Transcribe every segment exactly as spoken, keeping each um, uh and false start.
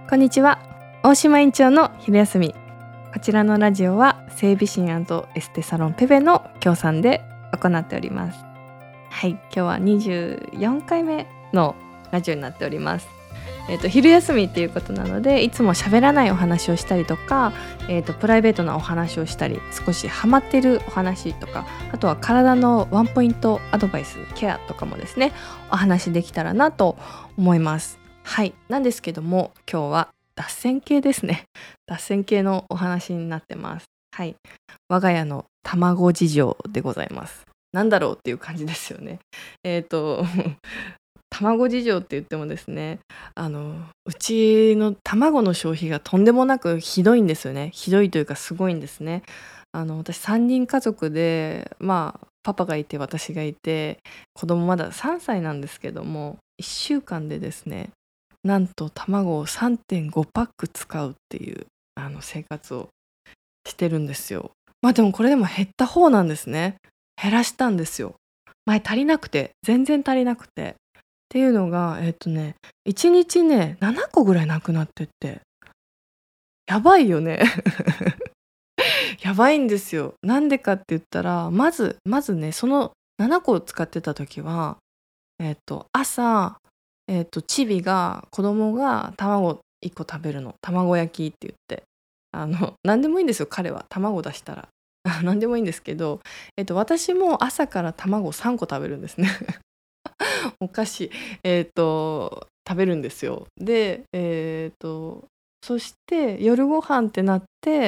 こんにちは。大島院長の昼休み。こちらのラジオは整備士エステサロンペペの協賛で行っております。はい、今日はにじゅうよんかいめのラジオになっております。えーと、昼休みっていうことなので、いつも喋らないお話をしたりとか、えーと、プライベートなお話をしたり、少しハマってるお話とか、あとは体のワンポイントアドバイス、ケアとかもですね、お話できたらなと思います。はい、なんですけども、今日は脱線系ですね。脱線系のお話になってます。はい、我が家の卵事情でございます。なんだろうっていう感じですよね。えっと卵事情って言ってもですね、あのうちの卵の消費がとんでもなくひどいんですよね。ひどいというかすごいんですね。あの私さんにん家族で、まあパパがいて私がいて、子供まださんさいなんですけども、いっしゅうかんでですね、なんと卵を さんてんご パック使うっていうあの生活をしてるんですよ。まあでもこれでも減った方なんですね。減らしたんですよ。前足りなくて、全然足りなくて。っていうのが、えっとね、いちにちね、ななこぐらいなくなってって、やばいよね。やばいんですよ。なんでかって言ったら、まず、まずね、そのななこを使ってた時は、えっと、朝、えっと、チビが、子供が卵いっこ食べるの。卵焼きって言って。あの、なんでもいいんですよ、彼は。卵出したら。なんでもいいんですけど、えっと、私も朝から卵さんこ食べるんですね。お菓子、えっと、食べるんですよ。で、えっと、そして夜ご飯ってなって、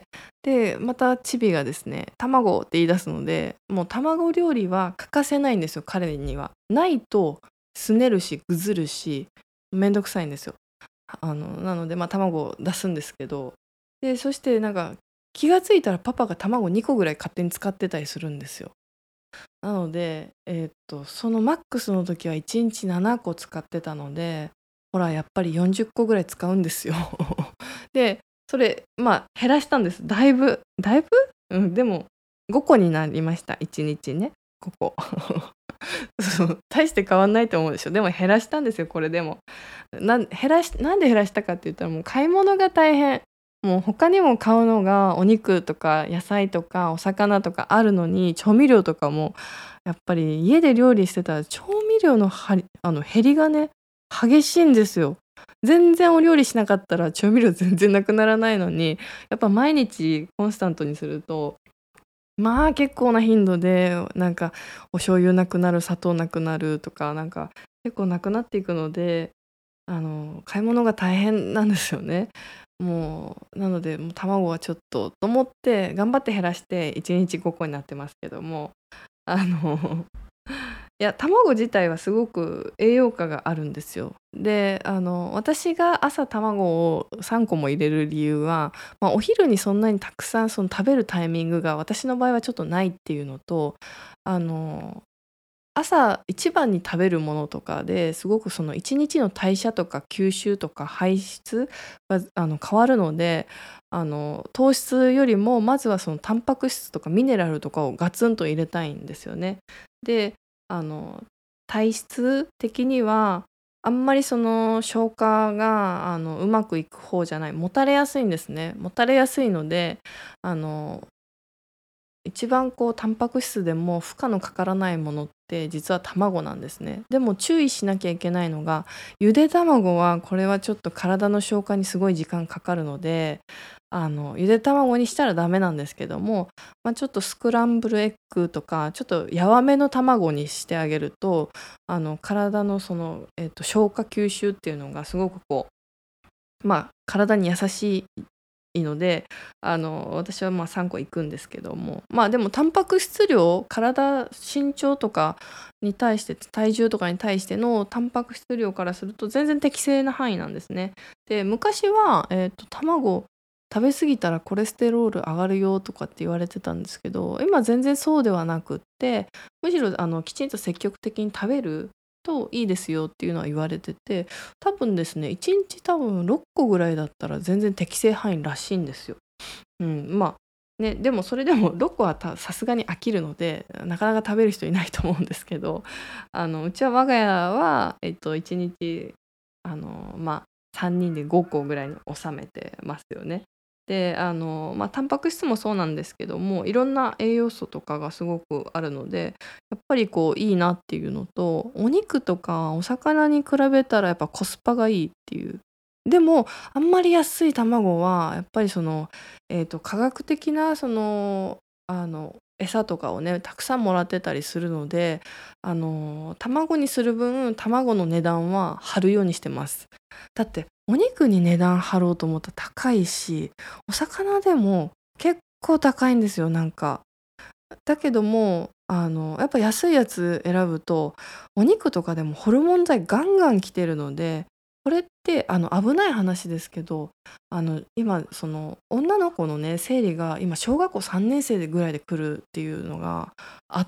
で、またチビがですね、卵って言い出すので、もう卵料理は欠かせないんですよ、彼には。ないとすねるし、ぐずるし、めんどくさいんですよ。あの、なので、まあ、卵を出すんですけど、で、そしてなんか気がついたらパパが卵にこぐらい勝手に使ってたりするんですよ。なので、えーっと、そのマックスの時はいちにちななこ使ってたので、ほら、やっぱりよんじゅっこぐらい使うんですよ。で、それ、まあ、減らしたんです。だいぶ、だいぶうん、でもごこになりました、いちにちね、ごこ。そう、大して変わんないと思うでしょ。でも減らしたんですよ、これでも。なん減らしなんで減らしたかって言ったら、もう買い物が大変。もう他にも買うのがお肉とか野菜とかお魚とかあるのに、調味料とかもやっぱり家で料理してたら調味料のはりあの減りがね、激しいんですよ。全然お料理しなかったら調味料全然なくならないのに、やっぱ毎日コンスタントにすると、まあ結構な頻度で、なんかお醤油なくなる、砂糖なくなるとか、なんか結構なくなっていくので、あの買い物が大変なんですよね。もうなので、もう卵はちょっとと思って頑張って減らしていちにちごこになってますけども、あのいや、卵自体はすごく栄養価があるんですよ。で、あの私が朝卵をさんこも入れる理由は、まあ、お昼にそんなにたくさんその食べるタイミングが私の場合はちょっとないっていうのと、あの朝一番に食べるものとかですごくそのいちにちの代謝とか吸収とか排出があの変わるので、あの糖質よりもまずはそのタンパク質とかミネラルとかをガツンと入れたいんですよね。で、あの体質的にはあんまりその消化があのうまくいく方じゃない、もたれやすいんですね。もたれやすいので、あの一番こうタンパク質でも負荷のかからないものって実は卵なんですね。でも注意しなきゃいけないのが、ゆで卵はこれはちょっと体の消化にすごい時間かかるので、あのゆで卵にしたらダメなんですけども、まあ、ちょっとスクランブルエッグとかちょっとやわめの卵にしてあげると、あの体のその、えっと消化吸収っていうのがすごくこう、まあ、体に優しいので、あの私はまあさんこ行くんですけども、まあでもタンパク質量、体身長とかに対して、体重とかに対してのタンパク質量からすると全然適正な範囲なんですね。で、昔は、えーと卵食べ過ぎたらコレステロール上がるよとかって言われてたんですけど、今全然そうではなくって、むしろあのきちんと積極的に食べるといいですよっていうのは言われてて、多分ですね、いちにち多分ろっこぐらいだったら全然適正範囲らしいんですよ。うん、まあ、ね、でもそれでもろっこはたさすがに飽きるので、なかなか食べる人いないと思うんですけど、あのうちは我が家は、えっと、いちにちあのまあさんにんでごこぐらいに収めてますよね。であのまあタンパク質もそうなんですけども、いろんな栄養素とかがすごくあるので、やっぱりこういいなっていうのと、お肉とかお魚に比べたらやっぱコスパがいいっていう。でもあんまり安い卵はやっぱりその、えー、と科学的なそのあの餌とかをねたくさんもらってたりするので、あの卵にする分卵の値段は張るようにしてます。だってお肉に値段張ろうと思ったら高いし、お魚でも結構高いんですよ、なんか。だけどもあのやっぱ安いやつ選ぶと、お肉とかでもホルモン剤ガンガン来てるので、これってあの危ない話ですけど、あの今その女の子のね生理が今小学校さんねん生でぐらいで来るっていうのがあって、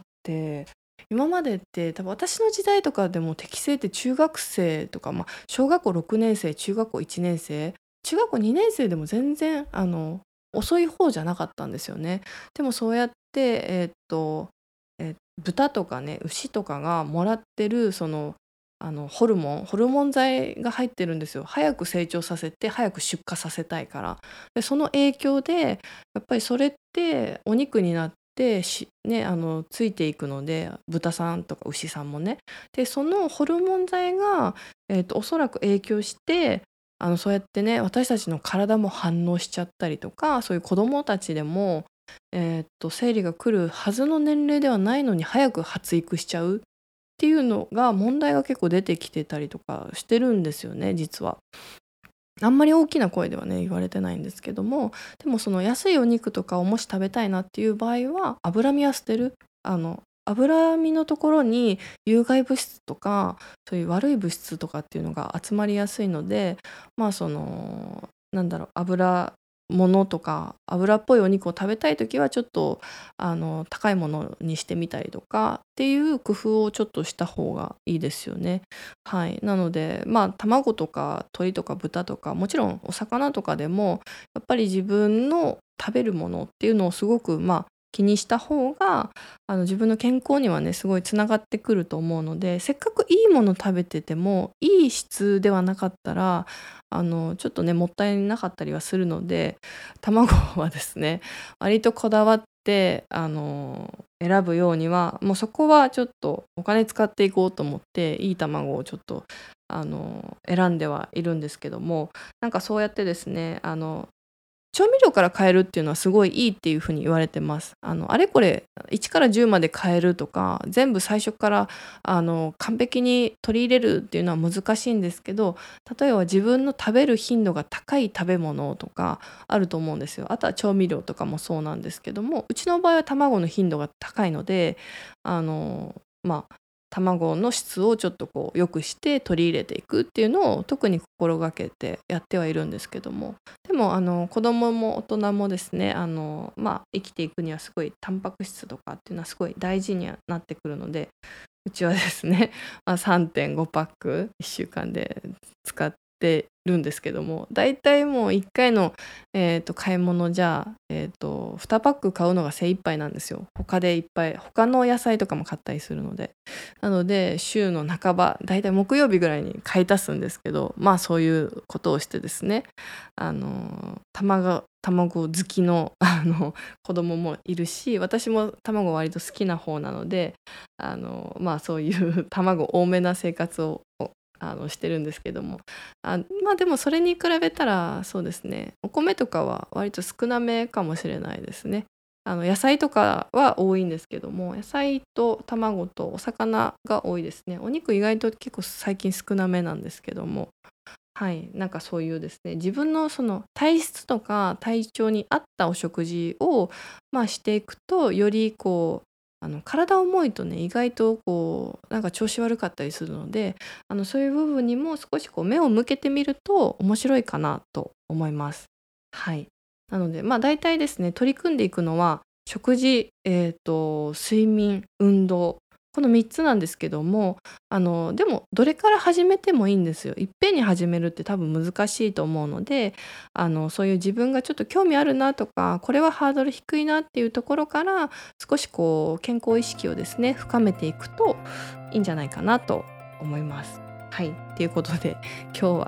今までって多分私の時代とかでも適正って中学生とか、まあ、小学校ろくねん生、中学校いちねん生、中学校にねん生でも全然あの遅い方じゃなかったんですよね。でもそうやって、えーっと、えー豚とかね、牛とかがもらってるその、あのホルモン、ホルモン剤が入ってるんですよ。早く成長させて、早く出荷させたいから。で、その影響で、やっぱりそれってお肉になってし、ね、あのついていくので、豚さんとか牛さんもね。で、そのホルモン剤が、えーっと、おそらく影響して、あのそうやってね私たちの体も反応しちゃったりとか、そういう子どもたちでも、えーっと生理が来るはずの年齢ではないのに早く発育しちゃうっていうのが問題が結構出てきてたりとかしてるんですよね、実は。あんまり大きな声ではね言われてないんですけども、でもその安いお肉とかをもし食べたいなっていう場合は脂身は捨てる。あの脂身のところに有害物質とかそういう悪い物質とかっていうのが集まりやすいので、まあそのなんだろう、油物とか油っぽいお肉を食べたい時はちょっとあの高いものにしてみたりとかっていう工夫をちょっとした方がいいですよね。はい、なのでまあ卵とか鶏とか豚とかもちろんお魚とかでもやっぱり自分の食べるものっていうのをすごくまあ気にした方があの自分の健康にはねすごいつながってくると思うので、せっかくいいもの食べててもいい質ではなかったらあのちょっとねもったいなかったりはするので、卵はですね割とこだわってあの選ぶようには、もうそこはちょっとお金使っていこうと思っていい卵をちょっとあの選んではいるんですけども、なんかそうやってですねあの調味料から変えるっていうのはすごいいいっていうふうに言われてます。あのあれこれいちからじゅうまで変えるとか全部最初からあの完璧に取り入れるっていうのは難しいんですけど、例えば自分の食べる頻度が高い食べ物とかあると思うんですよ。あとは調味料とかもそうなんですけども、うちの場合は卵の頻度が高いので、あのまあ卵の質をちょっとこう良くして取り入れていくっていうのを特に心がけてやってはいるんですけども、でもあの子供も大人もですねあの、まあ、生きていくにはすごいタンパク質とかっていうのはすごい大事にはなってくるので、うちはですね、まあ、さんてんごパックいっしゅうかんで使ってるんですけども、だいたいもういっかいの、えー、と買い物じゃ、えー、とにパック買うのが精一杯なんですよ。他でいっぱい他の野菜とかも買ったりするので、なので週の半ばだいたい木曜日ぐらいに買い足すんですけど、まあそういうことをしてですね、あの卵卵好きのあの子供もいるし、私も卵割と好きな方なので、あのまあそういう卵多めな生活をあのしてるんですけども、あまあでもそれに比べたらそうですね、お米とかは割と少なめかもしれないですね。あの野菜とかは多いんですけども、野菜と卵とお魚が多いですね。お肉意外と結構最近少なめなんですけども、はい、なんかそういうですね、自分のその体質とか体調に合ったお食事を、まあ、していくと、よりこうあの体重いとね意外とこうなんか調子悪かったりするので、あのそういう部分にも少しこう目を向けてみると面白いかなと思います。はい。なのでまあ大体ですね取り組んでいくのは食事、えーと睡眠、運動、このみっつなんですけども、あのでもどれから始めてもいいんですよ。いっぺんに始めるって多分難しいと思うので、あのそういう自分がちょっと興味あるなとか、これはハードル低いなっていうところから少しこう健康意識をですね深めていくといいんじゃないかなと思います。はい、ということで今日は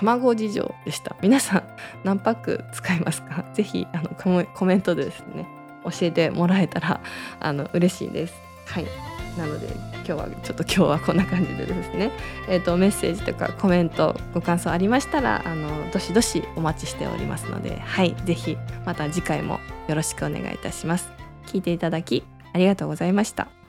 卵事情でした。皆さん何パック使いますか？ぜひあのコメコメントでですね教えてもらえたらあの嬉しいです。はい、なので今日はちょっと今日はこんな感じでですね、えーと、メッセージとかコメントご感想ありましたらあのどしどしお待ちしておりますので、はい、ぜひまた次回もよろしくお願いいたします。聞いていただきありがとうございました。